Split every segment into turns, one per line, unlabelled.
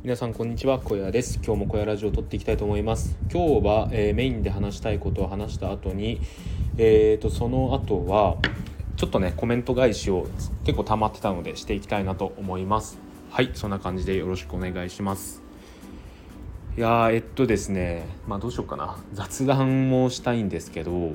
皆さんこんにちは、小屋です。今日も小屋ラジオを撮っていきたいと思います。今日は、メインで話したいことを話した後に、その後はちょっとねコメント返しを結構溜まってたのでしていきたいなと思います。はい、そんな感じでよろしくお願いします。いやですね、どうしようかな、雑談もしたいんですけど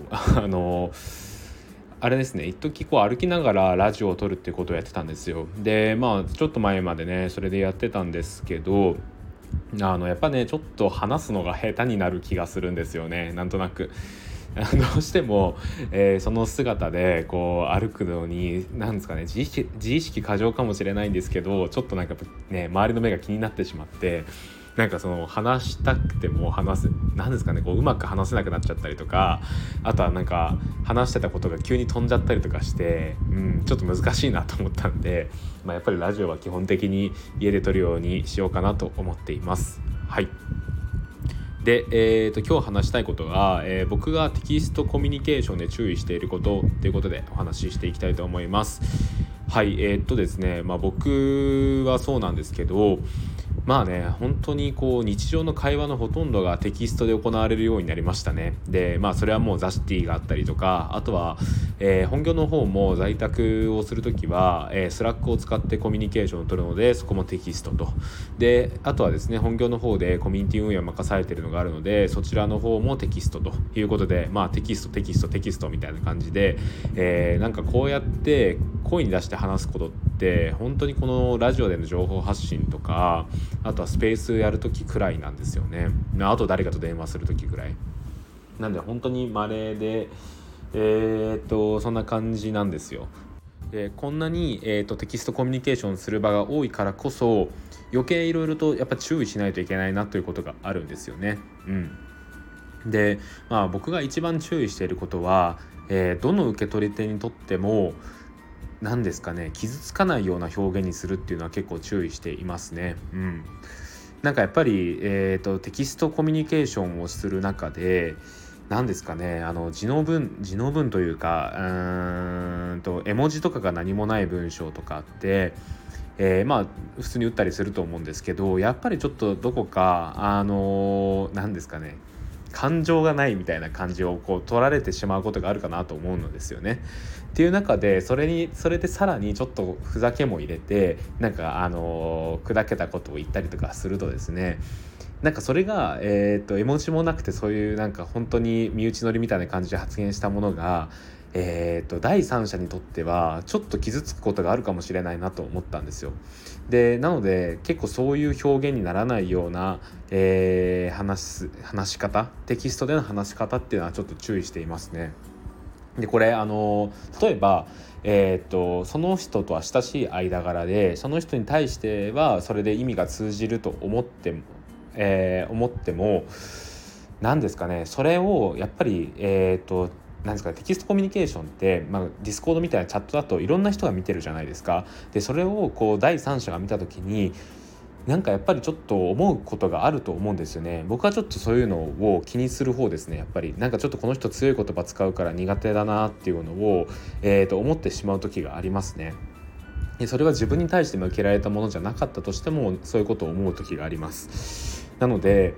あれですね、一時歩きながらラジオを撮るっていうことをやってたんですよ。でちょっと前までねそれでやってたんですけど、やっぱねちょっと話すのが下手になる気がするんですよね。なんとなくどうしても、その姿で歩くのに何ですかね、自意識過剰かもしれないんですけど、ちょっとね周りの目が気になってしまって、その話したくても何ですかね、うまく話せなくなっちゃったりとか、あとは話してたことが急に飛んじゃったりとかして、ちょっと難しいなと思ったんで、やっぱりラジオは基本的に家で撮るようにしようかなと思っています。はい。で、今日話したいことが、僕がテキストコミュニケーションで注意していることということでお話ししていきたいと思います。はい。ですね、僕はそうなんですけど、本当に日常の会話のほとんどがテキストで行われるようになりましたね。でそれはもうザシティがあったりとか、あとは、本業の方も在宅をするときは、スラックを使ってコミュニケーションを取るので、そこもテキストと。であとはですね、本業の方でコミュニティ運営を任されているのがあるので、そちらの方もテキストということで、テキストみたいな感じで、こうやって声に出して話すことって本当にこのラジオでの情報発信とか、あとはスペースやるときくらいなんですよね。あと誰かと電話するときくらいなんで、本当に稀で、そんな感じなんですよ。でこんなに、テキストコミュニケーションする場が多いからこそ、余計いろいろとやっぱ注意しないといけないなということがあるんですよね。で、僕が一番注意していることは、どの受け取り手にとっても何ですかね、傷つかないような表現にするっていうのは結構注意していますね。やっぱり、テキストコミュニケーションをする中で何ですかね、字の文というか、絵文字とかが何もない文章とかって、普通に打ったりすると思うんですけど、やっぱりちょっとどこか何ですかね、感情がないみたいな感じを取られてしまうことがあるかなと思うのですよね。っていう中でそれでさらにちょっとふざけも入れて砕けたことを言ったりとかするとですね、それが、絵文字もなくて、そういう本当に身内乗りみたいな感じで発言したものが、第三者にとってはちょっと傷つくことがあるかもしれないなと思ったんですよ。でなので結構そういう表現にならないような、話し方、テキストでの話し方っていうのはちょっと注意していますね。でこれ例えば、その人とは親しい間柄で、その人に対してはそれで意味が通じると思っても何ですかね、それをやっぱりなんですかね、テキストコミュニケーションって、ディスコードみたいなチャットだといろんな人が見てるじゃないですか。でそれを第三者が見た時にやっぱりちょっと思うことがあると思うんですよね。僕はちょっとそういうのを気にする方ですね。やっぱりちょっとこの人強い言葉使うから苦手だなっていうのを、思ってしまう時がありますね。でそれは自分に対して向けられたものじゃなかったとしても、そういうことを思う時があります。なので、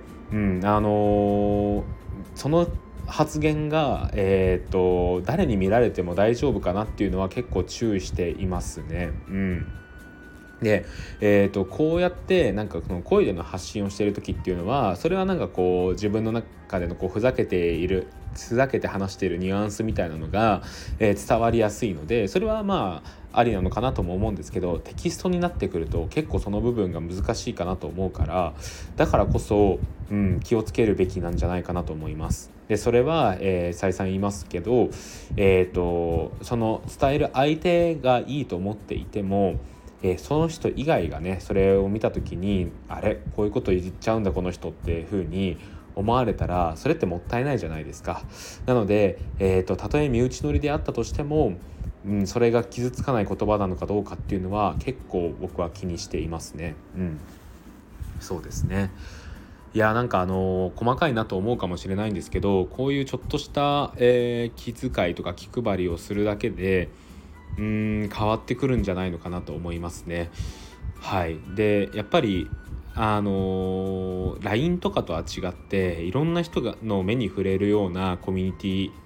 その発言が、誰に見られても大丈夫かなっていうのは結構注意していますね。で、こうやってこの声での発信をしている時っていうのは、それは自分の中でのふざけて話しているニュアンスみたいなのが、伝わりやすいので、それはありなのかなとも思うんですけど、テキストになってくると結構その部分が難しいかなと思うから、だからこそ、気をつけるべきなんじゃないかなと思います。でそれは、再三言いますけど、その伝える相手がいいと思っていても、その人以外がねそれを見た時に、あれこういうこと言っちゃうんだこの人っていう風に思われたら、それってもったいないじゃないですか。なので、たとえ身内乗りであったとしても、それが傷つかない言葉なのかどうかっていうのは結構僕は気にしていますね。そうですね。いや細かいなと思うかもしれないんですけど、こういうちょっとした、気遣いとか気配りをするだけで変わってくるんじゃないのかなと思いますね。はい。でやっぱり LINE とかとは違っていろんな人の目に触れるようなコミュニティ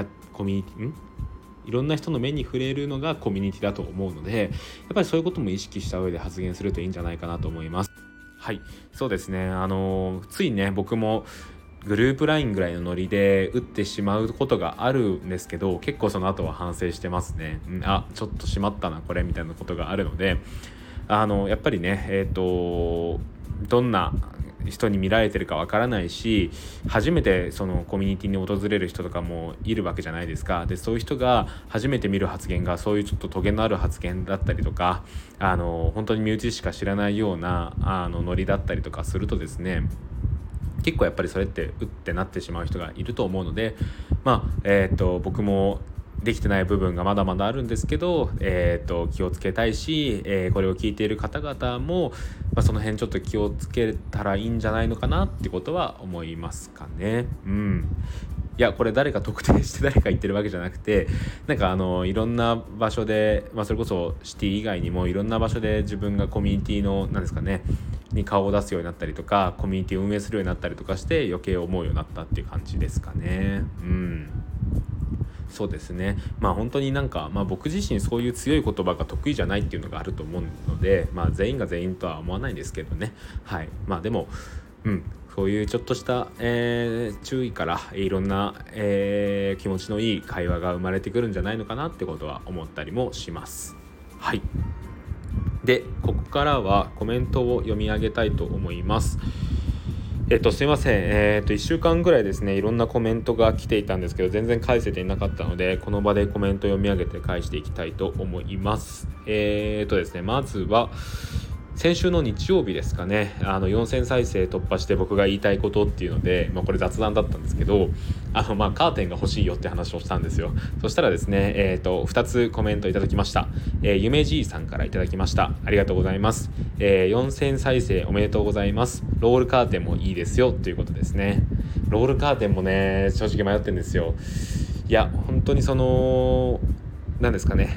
いろんな人の目に触れるのがコミュニティだと思うので、やっぱりそういうことも意識した上で発言するといいんじゃないかなと思います。はい、そうですね。ついね、僕もグループ LINE ぐらいのノリで打ってしまうことがあるんですけど、結構その後は反省してますね。ちょっとしまったなこれみたいなことがあるので、やっぱりね、どんな人に見られてるかわからないし、初めてそのコミュニティに訪れる人とかもいるわけじゃないですか。でそういう人が初めて見る発言がそういうちょっとトゲのある発言だったりとか、本当に身内しか知らないようなノリだったりとかするとですね、結構やっぱりそれってうってなってしまう人がいると思うので、僕もできてない部分がまだまだあるんですけど、気をつけたいし、これを聞いている方々も、その辺ちょっと気をつけたらいいんじゃないのかなってことは思いますかね。いやこれ誰か特定して誰か言ってるわけじゃなくて、なんかいろんな場所で、それこそシティ以外にもいろんな場所で自分がコミュニティのなんですかねに顔を出すようになったりとか、コミュニティを運営するようになったりとかして余計思うようになったっていう感じですかね。そうですね。本当になんか、僕自身そういう強い言葉が得意じゃないっていうのがあると思うので、全員が全員とは思わないんですけどね。はい。でも、そういうちょっとした、注意からいろんな、気持ちのいい会話が生まれてくるんじゃないのかなってことは思ったりもします。はい。で、ここからはコメントを読み上げたいと思います。すいません、1週間ぐらいですね、いろんなコメントが来ていたんですけど全然返せていなかったので、この場でコメント読み上げて返していきたいと思います。ですね、まずは先週の日曜日ですかね、4000再生突破して僕が言いたいことっていうので、これ雑談だったんですけど、カーテンが欲しいよって話をしたんですよ。そしたらですね、2つコメントいただきました。ゆめじいさんからいただきました。ありがとうございます。4000再生おめでとうございます。ロールカーテンもいいですよということですね。ロールカーテンもね、正直迷ってるんですよ。いや本当になんですかね、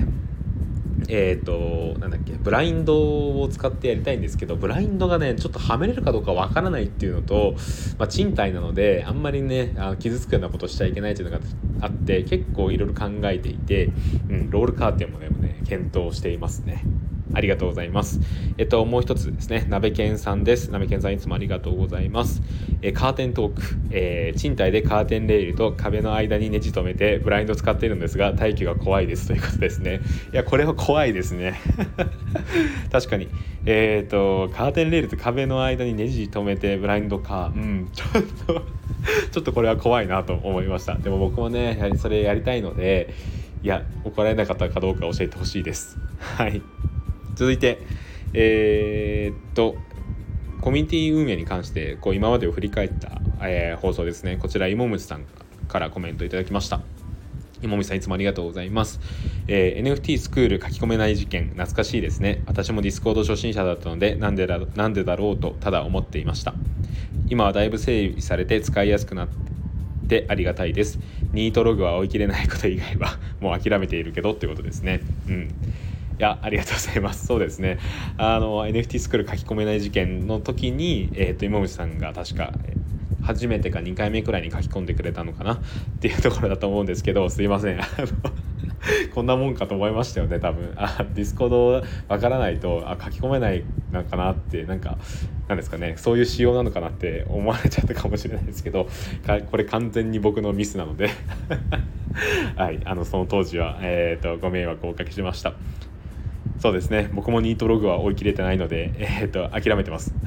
ブラインドを使ってやりたいんですけど、ブラインドがねちょっとはめれるかどうかわからないっていうのと、賃貸なのであんまりね傷つくようなことしちゃいけないっていうのがあって、結構いろいろ考えていて、ロールカーテンもね検討していますね。ありがとうございます。もう一つですね、鍋健さんです。鍋健さんいつもありがとうございます。カーテントーク、賃貸でカーテンレールと壁の間にネジ止めてブラインド使っているんですが退去が怖いですということですね。いやこれは怖いですね確かにカーテンレールと壁の間にネジ止めてブラインドか、ちょっとこれは怖いなと思いました。でも僕もねやはりそれやりたいので、いや怒られなかったかどうか教えてほしいです。はい。続いてコミュニティ運営に関して今までを振り返った、放送ですね。こちらいもむちさんからコメントいただきました。いもむちさんいつもありがとうございます。NFT スクール書き込めない事件懐かしいですね。私もディスコード初心者だったのでなんでだろうとただ思っていました。今はだいぶ整備されて使いやすくなってありがたいです。ニートログは追い切れないこと以外はもう諦めているけどってことですね。いやありがとうございます。そうですね、NFT スクール書き込めない事件の時に今口さんが確か初めてか2回目くらいに書き込んでくれたのかなっていうところだと思うんですけど、すいませんこんなもんかと思いましたよね多分。ディスコードわからないと書き込めないのかなって、なんですかね、そういう仕様なのかなって思われちゃったかもしれないですけど、これ完全に僕のミスなのではい、その当時は、ご迷惑をおかけしました。そうですね、僕もニートログは追い切れてないので、諦めてます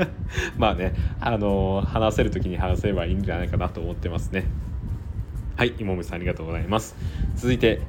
話せる時に話せばいいんじゃないかなと思ってますね。はい、今むさんありがとうございます。続いて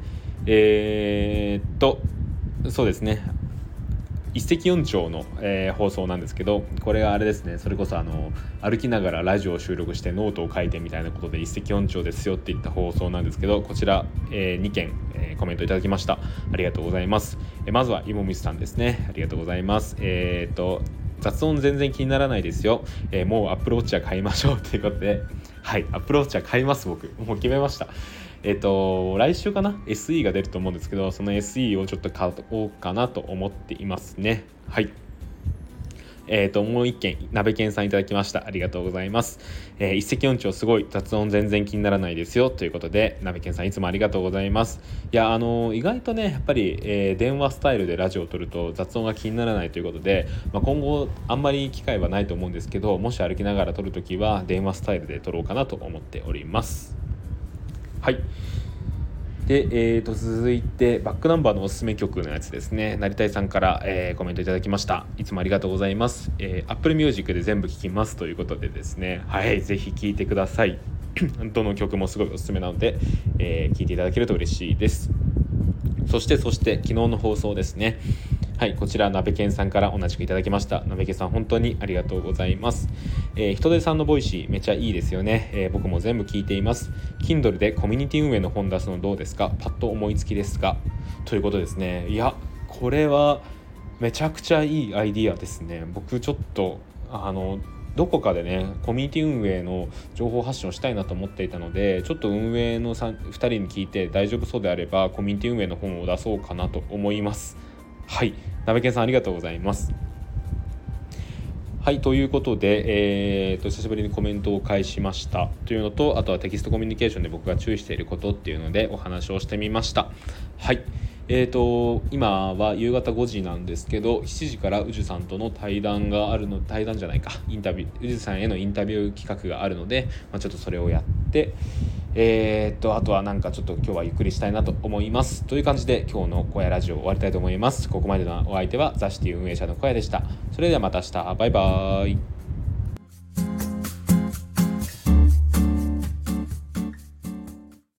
そうですね、一石四鳥の、放送なんですけど、これはあれですね、それこそ歩きながらラジオを収録してノートを書いてみたいなことで一石四鳥ですよって言った放送なんですけど、こちら、2件、コメントいただきました。ありがとうございます。まずはイモミスさんですね、ありがとうございます。雑音全然気にならないですよ、もうアップルウォッチは買いましょうということで、はい、アップルウォッチは買います。僕もう決めました。来週かな SE が出ると思うんですけど、その SE をちょっと買おうかなと思っていますね。はい。 もう一件鍋犬さんいただきました。ありがとうございます。一石四鳥すごい、雑音全然気にならないですよということで、鍋犬さんいつもありがとうございます。いや意外とねやっぱり、電話スタイルでラジオを撮ると雑音が気にならないということで、今後あんまり機会はないと思うんですけど、もし歩きながら撮るときは電話スタイルで撮ろうかなと思っております。はい。で、続いてバックナンバーのおすすめ曲のやつですね。成田さんから、コメントいただきました。いつもありがとうございます。Apple Music で全部聴きますということでですね、はい、ぜひ聴いてください。どの曲もすごいおすすめなので、聴いていただけると嬉しいです。そして昨日の放送ですね。はい、こちら鍋健さんから同じくいただきました。鍋健さん本当にありがとうございます。人手さんのボイシーめっちゃいいですよね。僕も全部聞いています。 Kindle でコミュニティ運営の本出すのどうですか？パッと思いつきですが、ということですね。いやこれはめちゃくちゃいいアイディアですね。僕ちょっとどこかでねコミュニティ運営の情報発信をしたいなと思っていたので、ちょっと運営の2人に聞いて大丈夫そうであればコミュニティ運営の本を出そうかなと思います。はい、鍋健さんありがとうございます。はい、ということで、久しぶりにコメントを返しましたというのと、あとはテキストコミュニケーションで僕が注意していることっていうのでお話をしてみました。はい、今は夕方5時なんですけど、7時から宇治さんとの対談があるの、対談じゃないか、インタビュー、宇治さんへのインタビュー企画があるので、ちょっとそれをやって、あとはなんかちょっと今日はゆっくりしたいなと思いますという感じで、今日の小屋ラジオを終わりたいと思います。ここまでのお相手はザシティ運営者の小屋でした。それではまた明日、バイバーイ。